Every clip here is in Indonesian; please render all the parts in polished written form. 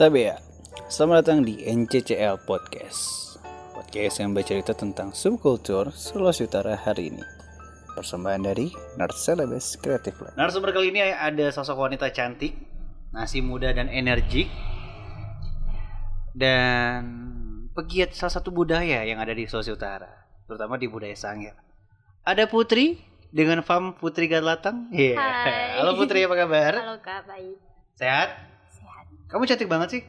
Tapi ya, selamat datang di NCCL Podcast. Podcast yang bercerita tentang subkultur Sulawesi Utara hari ini. Persembahan dari Nerd Celebes Creative Lab. Narasumber kali ini ada sosok wanita cantik, masih muda dan energik, dan pegiat salah satu budaya yang ada di Sulawesi Utara, terutama di budaya Sangir. Ada Putri dengan fam Putri Garlatang. Iya. Hai. Halo Putri, apa kabar? Halo Kak, baik. Sehat? Sehat. Kamu cantik banget sih.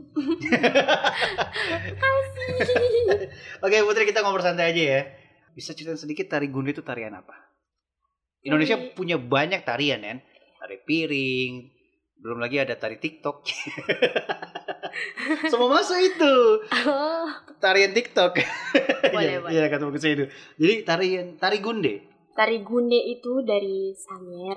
Makasih. Oke Putri, kita ngobrol santai aja ya. Bisa cerita sedikit tari gunde itu tarian apa? Indonesia punya banyak tarian kan. Tari piring, belum lagi ada tari TikTok. Semua masuk itu. Oh. Tarian TikTok. Boleh. Iya, kata bagus itu. Jadi tari gunde. Tari gunde itu dari Sangir.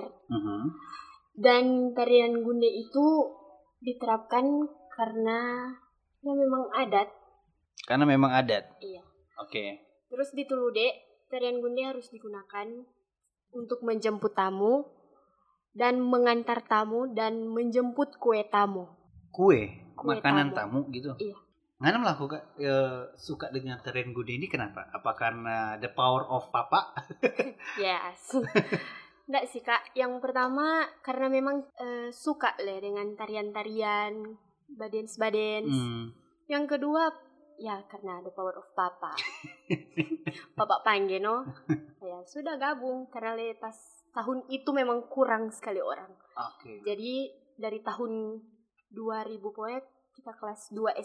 Dan tarian gunde itu diterapkan karena ya memang adat. Karena memang adat. Iya. Oke. Terus di Tulude, tarian gunde harus digunakan untuk menjemput tamu dan mengantar tamu dan menjemput kue tamu. Kue Kue makanan tamu gitu. Iya. Ngana lah aku suka dengan tarian gunde ini kenapa? Apa karena the power of papa? Yes. Enggak sih Kak, yang pertama karena memang suka lah dengan tarian-tarian, badens-badens. Yang kedua ya karena the power of papa. Papa panggil no. Ya sudah gabung karena pas tahun itu memang kurang sekali orang. Oke. Jadi dari tahun 2000 pokoknya kita kelas 2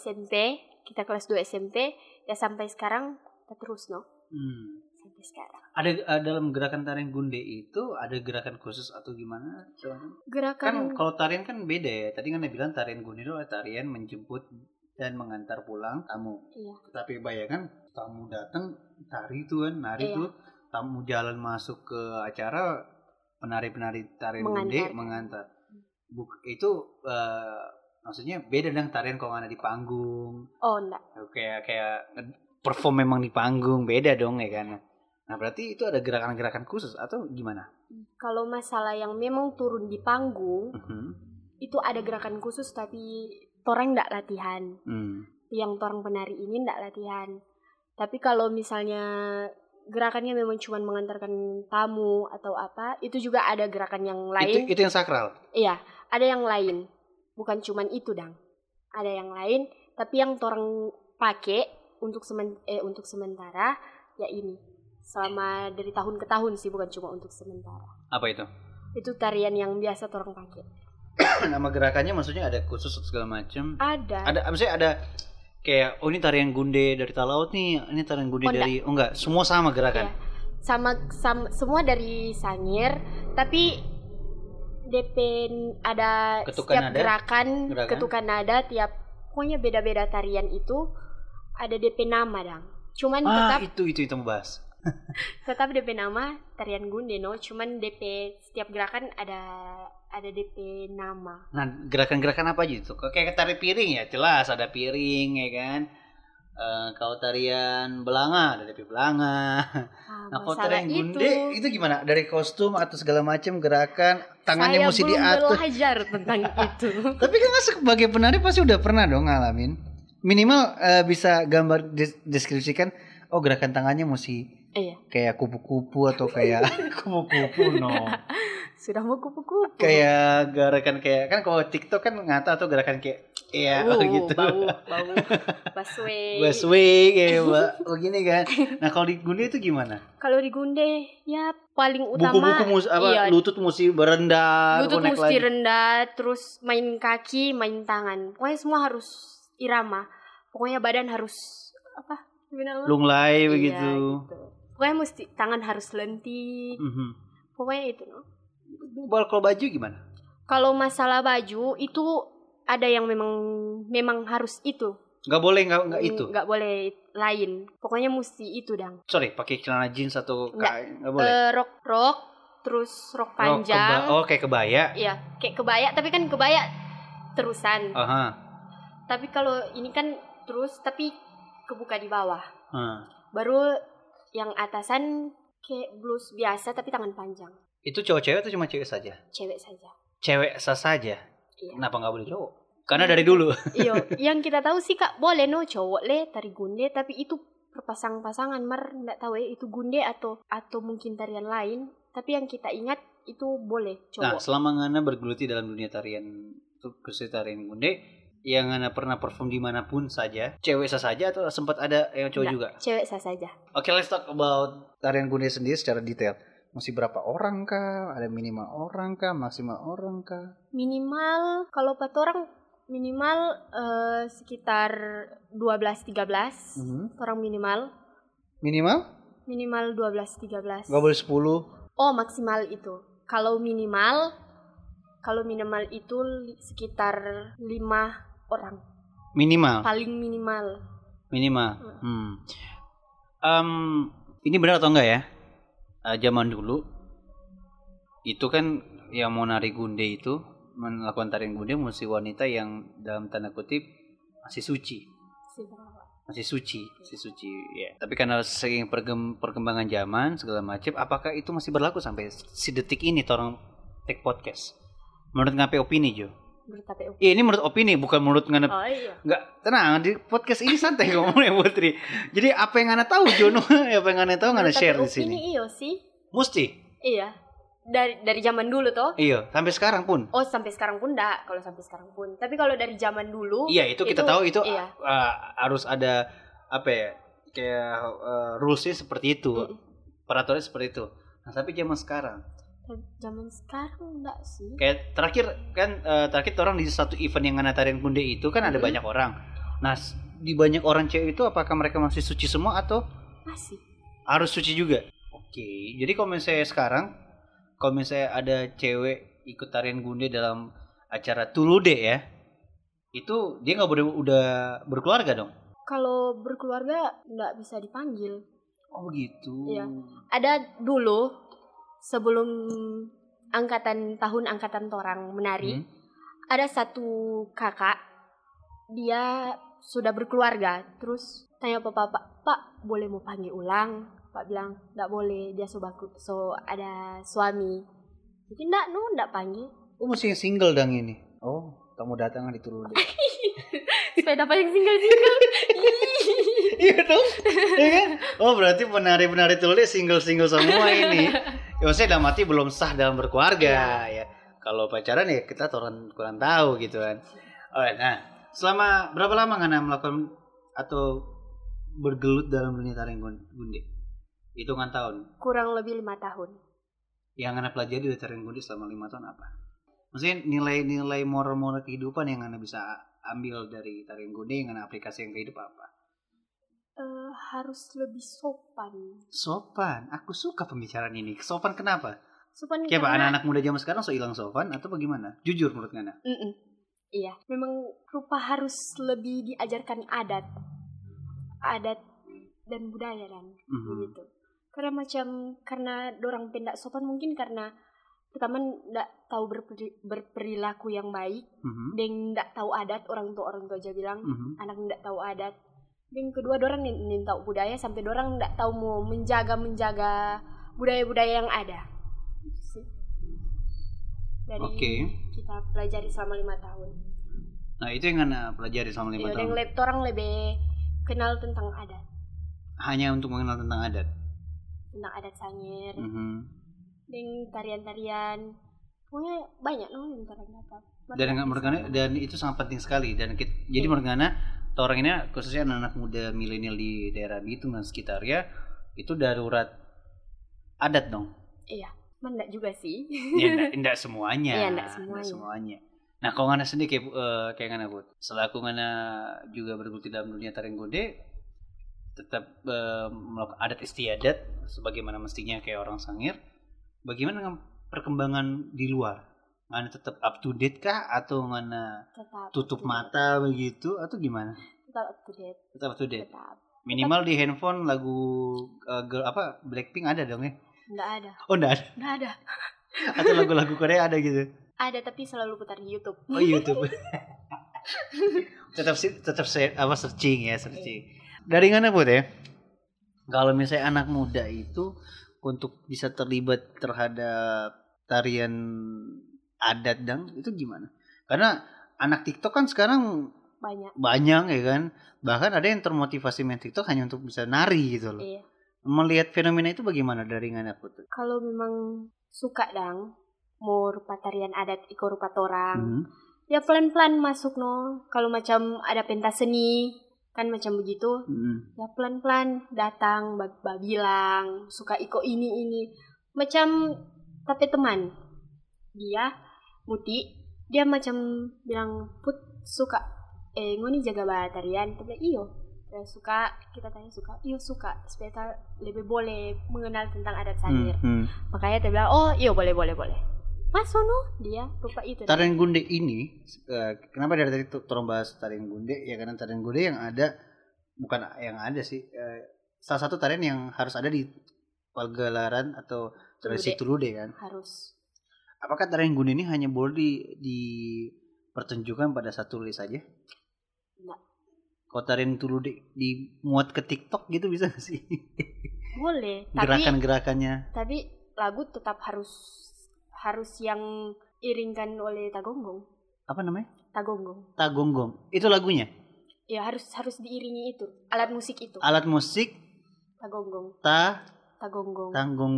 SMP ya sampai sekarang kita terus no. Sampai sekarang. Ada dalam gerakan tarian gunde itu ada gerakan khusus atau gimana? Gerakan Kan kalau tarian kan beda ya. Tadi kan dia bilang tarian gunde itu adalah tarian menjemput dan mengantar pulang tamu. Iya. Tapi bayangkan tamu datang tari itu kan, nari itu, tamu jalan masuk ke acara, penari-penari tarian gunde mengantar. Itu maksudnya beda dengan tarian kalau ada di panggung. Oh enggak. Kayak perform memang di panggung, beda dong ya kan. Nah berarti itu ada gerakan-gerakan khusus atau gimana? Kalau masalah yang memang turun di panggung, itu ada gerakan khusus tapi torang enggak latihan. Yang torang penari ini enggak latihan. Tapi kalau misalnya gerakannya memang cuma mengantarkan tamu atau apa, itu juga ada gerakan yang lain. Itu yang sakral? Iya, ada yang lain. Bukan cuma itu, Dang. Ada yang lain, tapi yang torang pakai untuk sementara ya ini. Selama dari tahun ke tahun sih, bukan cuma untuk sementara. Apa itu? Itu tarian yang biasa torang pakai. Nama gerakannya maksudnya ada khusus segala macam? Ada. Maksudnya ada kayak ini tarian gunde dari Talaut nih, ini tarian gunde dari enggak, semua sama gerakan. Iya. Sama semua dari Sangir, tapi DP ada Ketukan setiap nada? gerakan ketukan nada tiap pokoknya beda-beda tarian itu ada DP nama, Dang. Cuman tetap itu mau bahas. tetap DP nama tarian gunde no, cuman DP setiap gerakan ada DP nama. Nah, gerakan-gerakan apa aja itu? Kayak tari piring ya, jelas ada piring ya kan. Kalau tarian belanga ada DP belanga. Nah, kalau tarian gunde itu gimana? Dari kostum atau segala macam gerakan, tangannya mesti diatur. Saya belum belajar tentang itu. Tapi kan sebagai penari pasti udah pernah dong ngalamin. Minimal bisa gambar deskripsikan, oh gerakan tangannya mesti kayak kupu-kupu atau kayak kupu-kupu no. Sudah mau kupu-kupu. Kayak gerakan kayak kan kalau TikTok kan ngata atau gerakan kayak gitu. Bau. Busway kayak begini kan. Nah, kalau di gunde itu gimana? Kalau di gunde ya paling utama lutut mesti berendah, lutut mesti rendah, terus main kaki, main tangan. Pokoknya semua harus irama. Pokoknya badan harus lunglai begitu. Gitu. Pokoknya mesti tangan harus lentik. Pokoknya itu no. Kalau baju gimana? Kalau masalah baju itu ada yang memang harus itu. Nggak boleh nggak itu. Nggak boleh lain. Pokoknya mesti itu, Dang. Sorry, pakai celana jeans atau nggak boleh. Rok terus rok panjang. Kayak kebaya. Iya, kayak kebaya tapi kan kebaya terusan. Tapi kalau ini kan terus tapi kebuka di bawah. Baru yang atasan kayak blus biasa tapi tangan panjang. Itu cowok-cewek atau cuma cewek saja? Cewek saja. Cewek saja? Iya. Kenapa nggak boleh cowok? Karena dari dulu. Iya, yang kita tahu sih Kak, boleh no cowok le tari gunde, tapi itu berpasang-pasangan, nggak tahu ya itu gunde atau mungkin tarian lain. Tapi yang kita ingat itu boleh cowok. Nah, selama Ngana bergeluti dalam dunia tarian, khususnya tarian gunde, yang Ngana pernah perform dimanapun saja, cewek saja atau sempat ada yang cowok juga? Cewek saja. Oke, let's talk about tarian gunde sendiri secara detail. Masih berapa orang kah? Ada minimal orang kah? Maksimal orang kah? Minimal kalau 4 orang minimal sekitar 12-13 orang minimal. Minimal 12-13. Gak boleh 10? Oh, maksimal itu. Kalau minimal itu sekitar 5 orang. Minimal? Paling minimal. Ini benar atau enggak ya? Zaman dulu itu kan yang mau nari gunde itu, melakukan tarian gunde mesti wanita yang dalam tanda kutip masih suci ya. Tapi karena seiring perkembangan zaman segala macam, apakah itu masih berlaku sampai si detik ini orang take podcast? Menurut ngape opini Jo? Ini menurut opini, bukan menurut Ngana. Oh iya. Enggak, tenang, di podcast ini santai ngomongnya Putri. Jadi apa yang Ngana tahu Jono, apa yang Ngana tahu Ngana share di sini. Ini iyo sih. Mesti. Iya. Dari zaman dulu toh? Iya, sampai sekarang pun. Oh, sampai sekarang pun enggak. Kalau sampai sekarang pun. Tapi kalau dari zaman dulu, iya, itu kita tahu itu iya. Harus ada apa ya? Kayak rulesnya seperti itu. Peraturannya seperti itu. Nah, tapi zaman sekarang enggak sih. Kayak terakhir orang di satu event yang Ngana tarian gunde itu kan ada banyak orang. Nah, di banyak orang cewek itu apakah mereka masih suci semua atau masih harus suci juga? Oke. Jadi kalau misalnya ada cewek ikut tarian gunde dalam acara tulude ya, itu dia nggak boleh udah berkeluarga dong? Kalau berkeluarga nggak bisa dipanggil. Oh begitu. Iya. Ada dulu sebelum tahun angkatan torang menari, ada satu kakak, dia sudah berkeluarga. Terus tanya Pak boleh mau panggil ulang? Pak bilang nggak boleh, dia ada suami. Jadi nggak panggil. Oh masih yang single dang ini. Oh kamu datang di Tulude. Supaya dapat yang single. Iya dong, ya kan? Oh berarti penari-penari Tulude single semua ini. Ya maksudnya dalam arti belum sah dalam berkeluarga ya. Kalau pacaran ya kita kurang tahu gitu kan. Alright, nah selama berapa lama Ngana melakukan atau bergelut dalam dunia tarian gunde? Hitungan tahun? Kurang lebih 5 tahun. Yang Ngana pelajari dari tarian gunde selama 5 tahun apa? Maksudnya nilai moral kehidupan yang Ngana bisa ambil dari tarian gunde yang Ngana aplikasikan ke hidup apa? Harus lebih sopan. Sopan? Aku suka pembicaraan ini. Sopan kenapa? Sopan kayak karena anak muda zaman sekarang hilang sopan atau bagaimana? Jujur menurut Ngana? Iya, memang rupa harus lebih diajarkan adat dan budaya dan begitu. Karena dorang pendak sopan mungkin karena pertama ndak tahu berperilaku yang baik, dan ndak tahu adat, orang tua aja bilang anak ndak tahu adat. Yang kedua dorang nin tahu budaya sampai dorang ndak tahu mau menjaga budaya-budaya yang ada. Itu sih. Dari kita pelajari selama 5 tahun. Nah itu yang Ngana pelajari selama 5 tahun. Yang orang lebih kenal tentang adat. Hanya untuk mengenal tentang adat? Tentang adat Sangir. Dan tarian-tarian. Pokoknya banyak yang tarian-tarian. Dan itu sangat penting sekali. Jadi menurut Ngana, orang ini khususnya anak-anak muda milenial di daerah Bitung dan sekitarnya itu darurat adat dong. Iya, enggak juga sih. Ya, enggak semuanya. Iya, enggak semuanya. Nah, kalau Ngana sendiri kayak Ngana Bud, selaku Ngana juga bergelut dalam dunia tarian gunde, tetap melakukan adat istiadat sebagaimana mestinya kayak orang Sangir. Bagaimana dengan perkembangan di luar? Ngana tetap up to date kah atau Ngana tutup mata begitu atau gimana? Tetap up to date. Tetap up to date. Minimal di handphone lagu Blackpink ada dong ya? Enggak ada. Oh, enggak ada. Enggak ada. Atau lagu-lagu Korea ada gitu? Ada tapi selalu putar di YouTube. Oh, YouTube. tetap searching. Dari Ngana Bud ya. Kalau misalnya anak muda itu untuk bisa terlibat terhadap tarian adat dang itu gimana? Karena anak TikTok kan sekarang banyak ya kan. Bahkan ada yang termotivasi main TikTok hanya untuk bisa nari gitu loh. Iya. Melihat fenomena itu bagaimana dari anak putu? Kalau memang suka dang mau rupa tarian adat iko rupa torang, ya pelan-pelan masuk no. Kalau macam ada pentas seni kan macam begitu, ya pelan-pelan datang bilang suka iko ini macam tapi teman dia Muti dia macam bilang Put suka ngoni jaga bahasa tarian, tapi iyo suka, kita tanya suka, iyo suka supaya kita lebih boleh mengenal tentang adat Sanir. Makanya dia bilang oh iyo boleh masuk no dia rupa itu. Tarian gunde ini kenapa dari tadi turun bahas tarian gunde ya, karena tarian gunde yang ada bukan yang ada sih salah satu tarian yang harus ada di pagelaran atau tradisi Tulude kan harus. Apakah tarian gunde ini hanya boleh dipertunjukkan pada satu tulis saja? Enggak. Kalau tarian Tulude dimuat ke TikTok gitu bisa gak sih? Boleh. Gerakan-gerakannya. Tapi lagu tetap harus yang iringkan oleh tagonggong. Apa namanya? Tagonggong. Itu lagunya? Ya harus diiringi itu. Alat musik itu. Alat musik? Tagonggong. Tagonggong.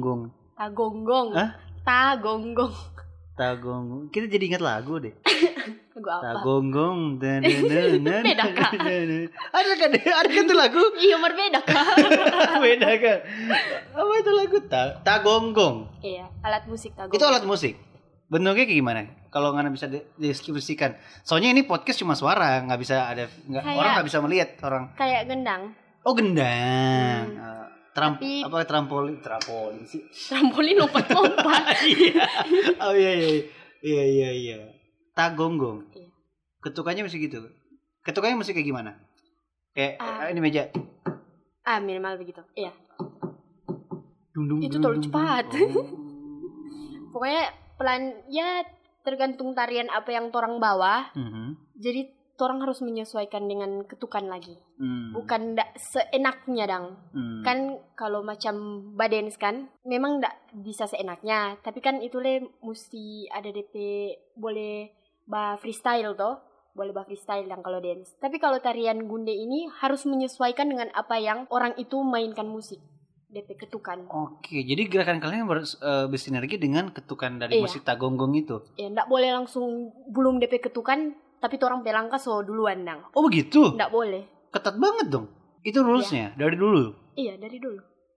Hah? Tagonggong. Kita jadi ingat lagu deh. Lagu apa? Tagonggong. Beda kak. Ada kan itu lagu? Iya berbeda kak. Beda kan? Apa itu lagu? Tagonggong. Iya, alat musik tagonggong. Itu alat musik. Bentuknya kayak gimana? Kalau nggak bisa deskripsikan. Soalnya ini podcast cuma suara, nggak bisa ada orang nggak bisa melihat orang. Kayak gendang. Oh gendang. Apa trampolin sih? Trampolin lompat-lompat. Iya. Oh iya. Tagonggong. Iya. Ketukannya mesti gitu. Ketukannya mesti kayak gimana? Kayak ini meja. Minimal begitu. Iya. Itu terlalu cepat. Pokoknya pelan ya tergantung tarian apa yang torang bawa. Jadi torang harus menyesuaikan dengan ketukan lagi. Bukan ndak seenaknya dang. Kan kalau macam badens kan memang ndak bisa seenaknya, tapi kan itu mesti ada DP boleh freestyle toh. Boleh freestyle dang kalau dance. Tapi kalau tarian gunde ini harus menyesuaikan dengan apa yang orang itu mainkan musik. DP ketukan. Oke, jadi gerakan kalian bersinergi dengan ketukan dari musik tagonggong itu. Iya, ndak boleh langsung belum DP ketukan tapi orang pelangka duluan dang. Oh begitu? Ndak boleh. Ketat banget dong. Itu rulesnya dari dulu. Iya dari dulu.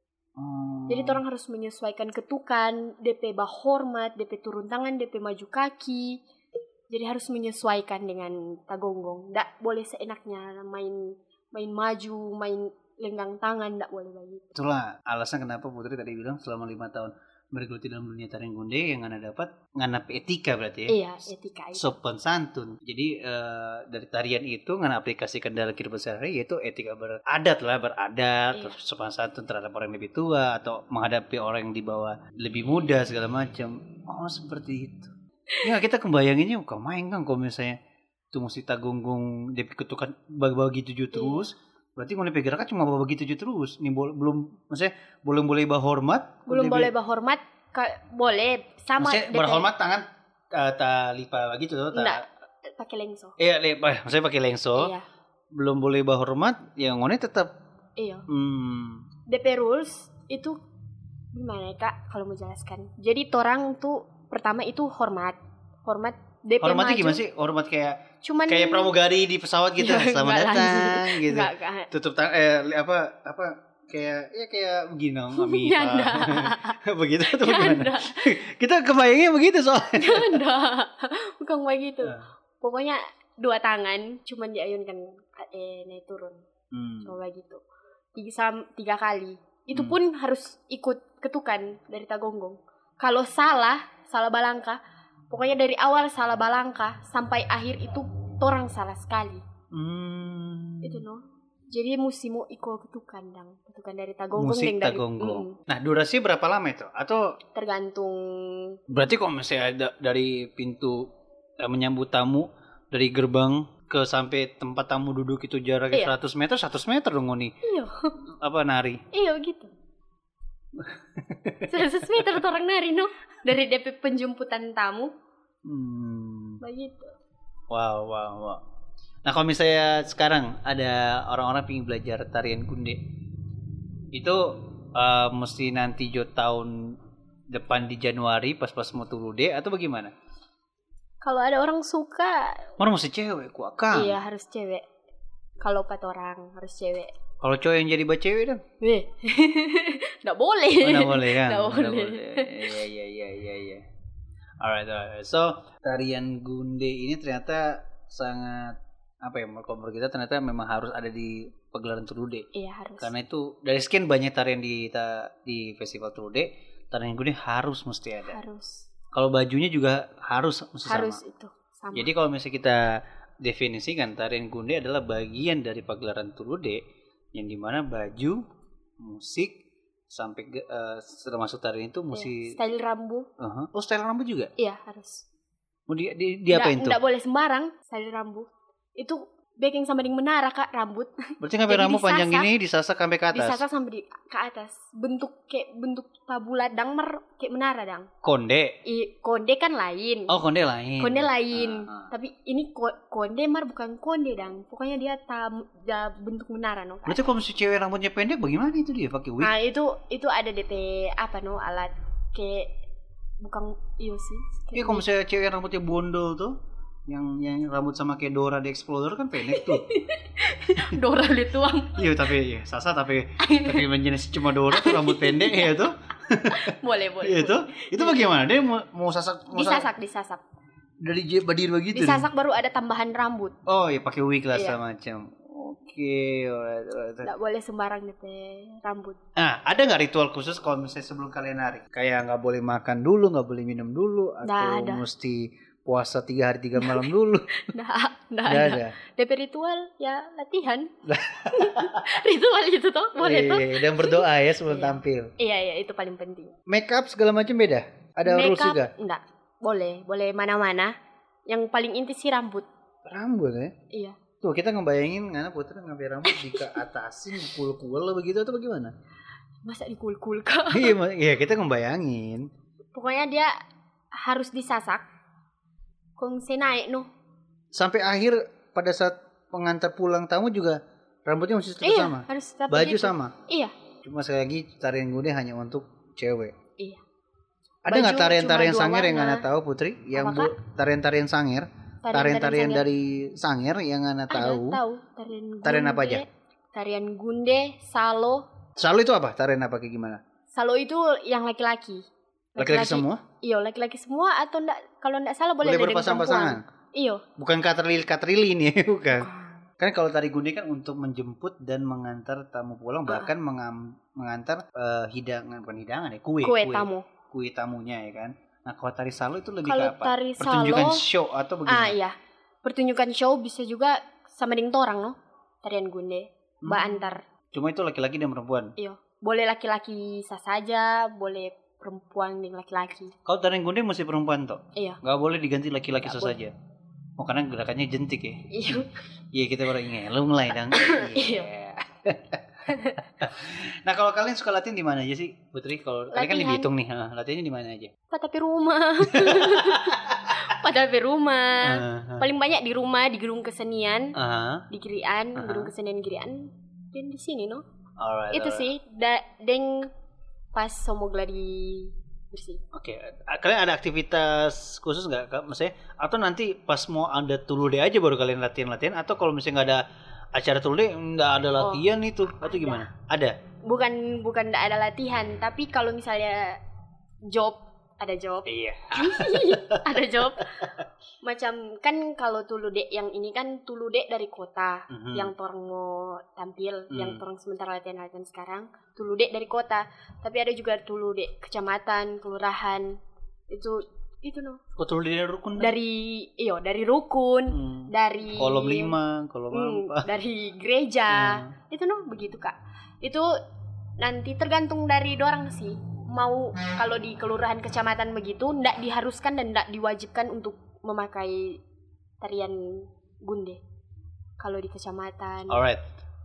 Jadi orang harus menyesuaikan ketukan, DP hormat, DP turun tangan, DP maju kaki. Jadi harus menyesuaikan dengan tagonggong. Ndak boleh seenaknya main maju, main lenggang tangan, ndak boleh begitu. Itulah alasan kenapa Putri tadi bilang selama 5 tahun bergeluti dalam dunia tarian gunde yang Ngana dapat Ngana etika berarti ya. Iya, etika itu. Sopan santun. Jadi dari tarian itu Ngana aplikasikan dalam kehidupan sehari-hari, yaitu etika beradat, terus sopan santun terhadap orang yang lebih tua atau menghadapi orang yang di bawah lebih muda segala macam. Oh, seperti itu. Ya kita kebayanginnya bukan main kan kalau misalnya itu mesti tagonggong dia ketukan bagi tujuh terus. Berarti mulai gerakan cuma bawa begitu aja terus. Ini belum maksudnya boleh bahormat. Boleh bahormat boleh sama maksudnya berhormat tangan talipa begitu tuh. Enggak, pakai lengso. Iya, maksudnya pakai lengso. Iya. Belum boleh bahormat, yang ngone tetap. Iya. DP rules itu gimana ya Kak kalau mau jelaskan. Jadi orang tuh pertama itu hormat DP hormatnya maju. Gimana sih? Hormat kayak pramugari di pesawat gitu. Selamat datang gitu. Enggak. Tutup apa kayak begini Amita. Begitu atau gimana? Kita kebayangnya begitu soalnya. Enggak. Bukan begitu. Pokoknya 2 tangan cuman diayunkan naik turun. Coba gitu. 3 kali. Itu pun harus ikut ketukan dari tagonggong. Kalau salah balangka, pokoknya dari awal salah balangka sampai akhir itu torang salah sekali. Itu Jadi musimu iko ketukan dari tagonggong. Musik tagonggong. Nah durasi berapa lama itu? Atau tergantung. Berarti kalau misalnya ada dari pintu menyambut tamu dari gerbang ke sampai tempat tamu duduk itu jaraknya 100 meter dong nih. Iya. Apa nari? Iya gitu. 100 meter orang nari dari DP penjemputan tamu. Begitu. Wow. Nah kalau misalnya sekarang ada orang-orang pengen belajar tarian gunde, itu mesti nanti tahun depan di Januari pas mau Tulude atau bagaimana? Kalau ada orang suka, orang mesti cewek kuat kan? Iya harus cewek. Kalau 4 orang harus cewek. Kalau cowok yang jadi cewek dong? Nggak boleh. Oh, nggak boleh kan? Nggak boleh. Iya. Alright. So tarian gunde ini ternyata sangat kalau menurut kita ternyata memang harus ada di pagelaran Tulude. Iya harus. Karena itu dari sekian banyak tarian di festival Tulude, tarian gunde mesti ada. Harus. Kalau bajunya juga harus sama. Itu sama. Jadi kalau misalnya kita definisikan tarian gunde adalah bagian dari pagelaran Tulude yang dimana baju, musik sampai termasuk tarian itu mesti style rambut. Oh style rambut juga? Iya harus. Mau di apain tuh? Nggak boleh sembarang style rambut. Itu baking sama dengan menara Kak rambut. Berarti sampai rambut panjang gini disasak sampai ke atas. Disasak sampai ke atas. Bentuk tabula dang kayak menara dang. Konde. Konde kan lain. Oh, konde lain. Konde lain. Tapi ini konde bukan konde dang. Pokoknya dia bentuk menara no. Berarti kalau misalnya cewek rambutnya pendek bagaimana itu dia pakai wig? Nah, itu ada DP alat kayak bukan sih. Iya kalau misalnya cewek rambutnya bondol tuh yang rambut sama kayak Dora the Explorer kan pendek tuh. Dora dituang. Iya tapi Sasa tapi menjenis cuma Dora tuh rambut pendek ya tuh. Boleh. Iya tuh. Itu bagaimana? Dia mau sasak disasak. Dari berdiri begitu. Disasak nih? Baru ada tambahan rambut. Oh, iya pakai wig lah semacam. Oke, alright. Nggak boleh sembarang rambut. Nah, ada nggak ritual khusus kalau misalnya sebelum kalian nari? Kayak nggak boleh makan dulu, nggak boleh minum dulu, atau mesti puasa 3 hari 3 malam dulu? Nggak ada. DP ritual ya latihan. Ritual itu toh boleh toh. Dan berdoa ya sebelum tampil. Iya itu paling penting. Make up segala macam beda? Ada rules juga? Enggak. Boleh mana-mana. Yang paling inti sih rambut. Rambut ya? Iya. Tuh kita ngebayangin karena Putri ngambil rambut dikeatasin kul-kul begitu atau bagaimana? Masa dikul-kul Kak? Iya kita ngebayangin. Pokoknya dia harus disasak. Kung naik no. Sampai akhir pada saat pengantar pulang tamu juga rambutnya masih tetap sama. Harus baju gitu. sama. Iya. Cuma sekali lagi tarian gunde hanya untuk cewek. Iya. Ada nggak tarian-tarian sangir yang Anda tahu Putri? Yang tarian-tarian sangir? Tarian-tarian dari sangir yang Anda tahu? Tahu. Tarian apa aja? Tarian gunde, salo. Salo itu apa? Tarian apa kayak gimana? Salo itu yang laki-laki. Laki-laki semua? Iya, laki-laki semua atau enggak kalau enggak salah boleh berpasang-pasangan. Iya. Bukan katrili nih, bukan. Kan kalau tari gunde kan untuk menjemput dan mengantar tamu pulang, bahkan mengantar bukan hidangan ya, kue tamunya ya kan. Nah, kalau tari salo itu lebih ke apa? Pertunjukan show atau bagaimana? Iya. Pertunjukan show bisa juga sama dengan orang no. Tarian gunde, antar. Cuma itu laki-laki dan perempuan. Iya. Boleh laki-laki saja, boleh perempuan dengan laki-laki. Kalau tarian gunde mesti perempuan toh? Iya. Gak boleh diganti laki-laki saja. Oh karena gerakannya jentik ya? Iya. Iya kita baru ngelung lah dong. Iya. Nah kalau kalian suka latihan di mana aja sih Putri? Kalau kalian kan dihitung nih, latihannya di mana aja? Pada rumah. Paling banyak di rumah, di gedung kesenian, di Girian, gedung kesenian Girian, dan di sini no. Alright, itu sih, deng pas mau gladi bersih. Oke. Kalian ada aktivitas khusus nggak, maksudnya? Atau nanti pas mau ada Tulude aja baru kalian latihan? Atau kalau misalnya nggak ada acara Tulude nggak ada latihan itu? Atau gimana? Ada? Bukan nggak ada latihan, tapi kalau misalnya ada job. Iya. Ada job. Macam kan kalau Tulude yang ini kan Tulude dari kota yang orang mau tampil, yang orang sementara latihan sekarang Tulude dari kota. Tapi ada juga Tulude kecamatan, kelurahan. Itu no. Kok Tulude dari rukun? Dari rukun, dari kolom 5, kolom 4. Dari gereja. Itu no begitu Kak. Itu nanti tergantung dari dorang sih. Mau kalau di kelurahan kecamatan begitu ndak diharuskan dan ndak diwajibkan untuk memakai tarian gunde kalau di kecamatan. Alright.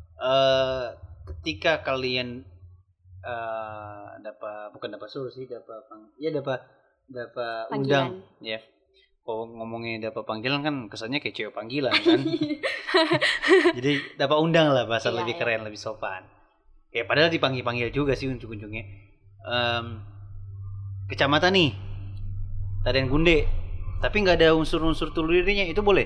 Ketika kalian dapat undang ya. Kalau ngomongin dapat panggilan kan kesannya kayak cewek panggilan kan. Jadi dapat undang lah, bahasa lebih keren, lebih sopan. Ya padahal dipanggil-panggil juga sih ujung-ujungnya. Kecamatan nih, Tarian Gunde, tapi nggak ada unsur-unsur tulurinya, itu boleh?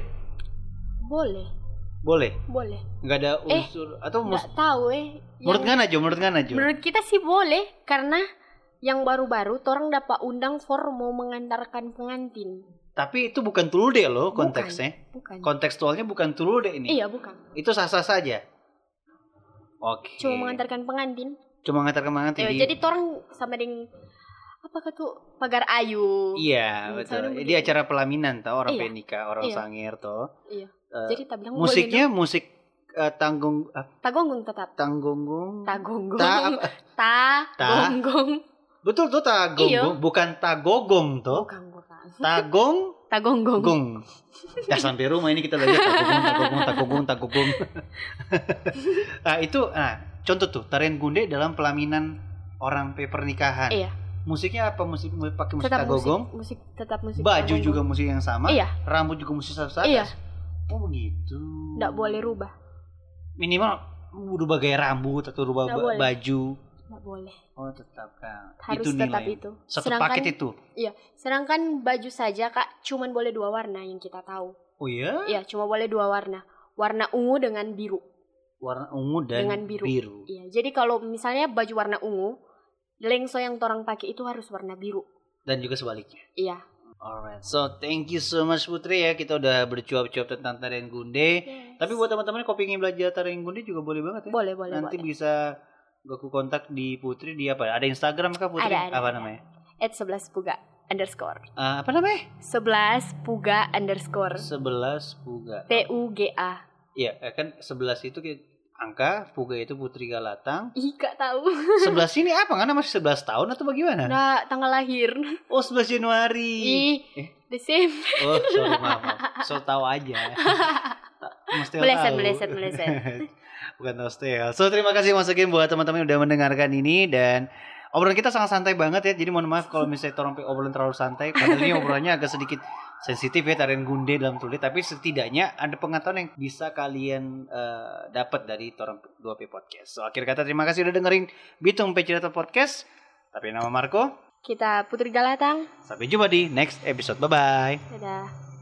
Boleh. Nggak ada unsur atau nggak tahu Menurut Ngana Jo? Menurut kita sih boleh, karena yang baru-baru orang dapat undang for mau mengantarkan pengantin. Tapi itu bukan tulude loh konteksnya. Bukan. Kontekstualnya bukan tulude ini. Iya, bukan. Itu sah-sah saja. Oke. Cuma mengantarkan pengantin. Jadi orang sama dengan apa tuh pagar ayu. Iya, betul. Jadi acara pelaminan tau orang nikah, orang sangir tuh. Iya. Jadi tak bilang musiknya musik Tagonggong. Betul tuh Tagonggong, bukan Tagogong tuh. Bukan. Tagonggong. Ya sampai rumah ini kita belajar Tagogong. Nah, itu contoh tuh Tarian Gunde dalam pelaminan orang pernikahan. Iya. Musiknya apa? Pakai musik Tagogong? Tetap musik. Baju Tagogong. juga musik yang sama? Iya. Rambut juga musik sama? Iya. Oh begitu. Nggak boleh rubah. Minimal rubah gaya rambut atau rubah baju. Nggak boleh. Oh tetap kan. Harus itu tetap nilai. itu. Satu paket itu. Iya. Sedangkan baju saja Kak cuman boleh 2 warna yang kita tahu. Oh iya? Iya, cuma boleh 2 warna. Warna ungu dengan biru. Warna ungu dengan biru. Iya. Jadi kalau misalnya baju warna ungu, lengso yang orang pakai itu harus warna biru. Dan juga sebaliknya. Iya. Alright. So thank you so much Putri ya. Kita udah bercuap-cuap tentang Tarian Gunde. Yes. Tapi buat teman-teman yang pengen belajar Tarian Gunde juga boleh banget ya. Boleh. Nanti bisa aku kontak di Putri di apa? Ada Instagram kah Putri? Ada. Apa namanya? @11puga_. Apa namanya? 11puga_. 11 Puga. PUGA. Iya, kan 11 itu angka, Puga itu Putri Galatang. Gak tahu. 11 ini apa? Karena masih 11 tahun atau bagaimana? Nah, tanggal lahir. Oh, 11 Januari. Desember. Oh, sorry maaf. So tahu aja. Meleset. Bukan nostel. So terima kasih once again buat teman-teman yang udah mendengarkan ini, dan obrolan kita sangat santai banget ya. Jadi mohon maaf kalau misalnya orang obrolan terlalu santai. Padahal ini obrolannya agak sedikit sensitif ya, Tarian Gunde dalam tulis. Tapi setidaknya ada pengetahuan yang bisa kalian dapat dari Torang 2P Podcast. So akhir kata terima kasih udah dengerin Bitung P Cerita Podcast. Tapi nama Marco. Kita Putri Galatang. Sampai jumpa di next episode. Bye-bye. Dadah.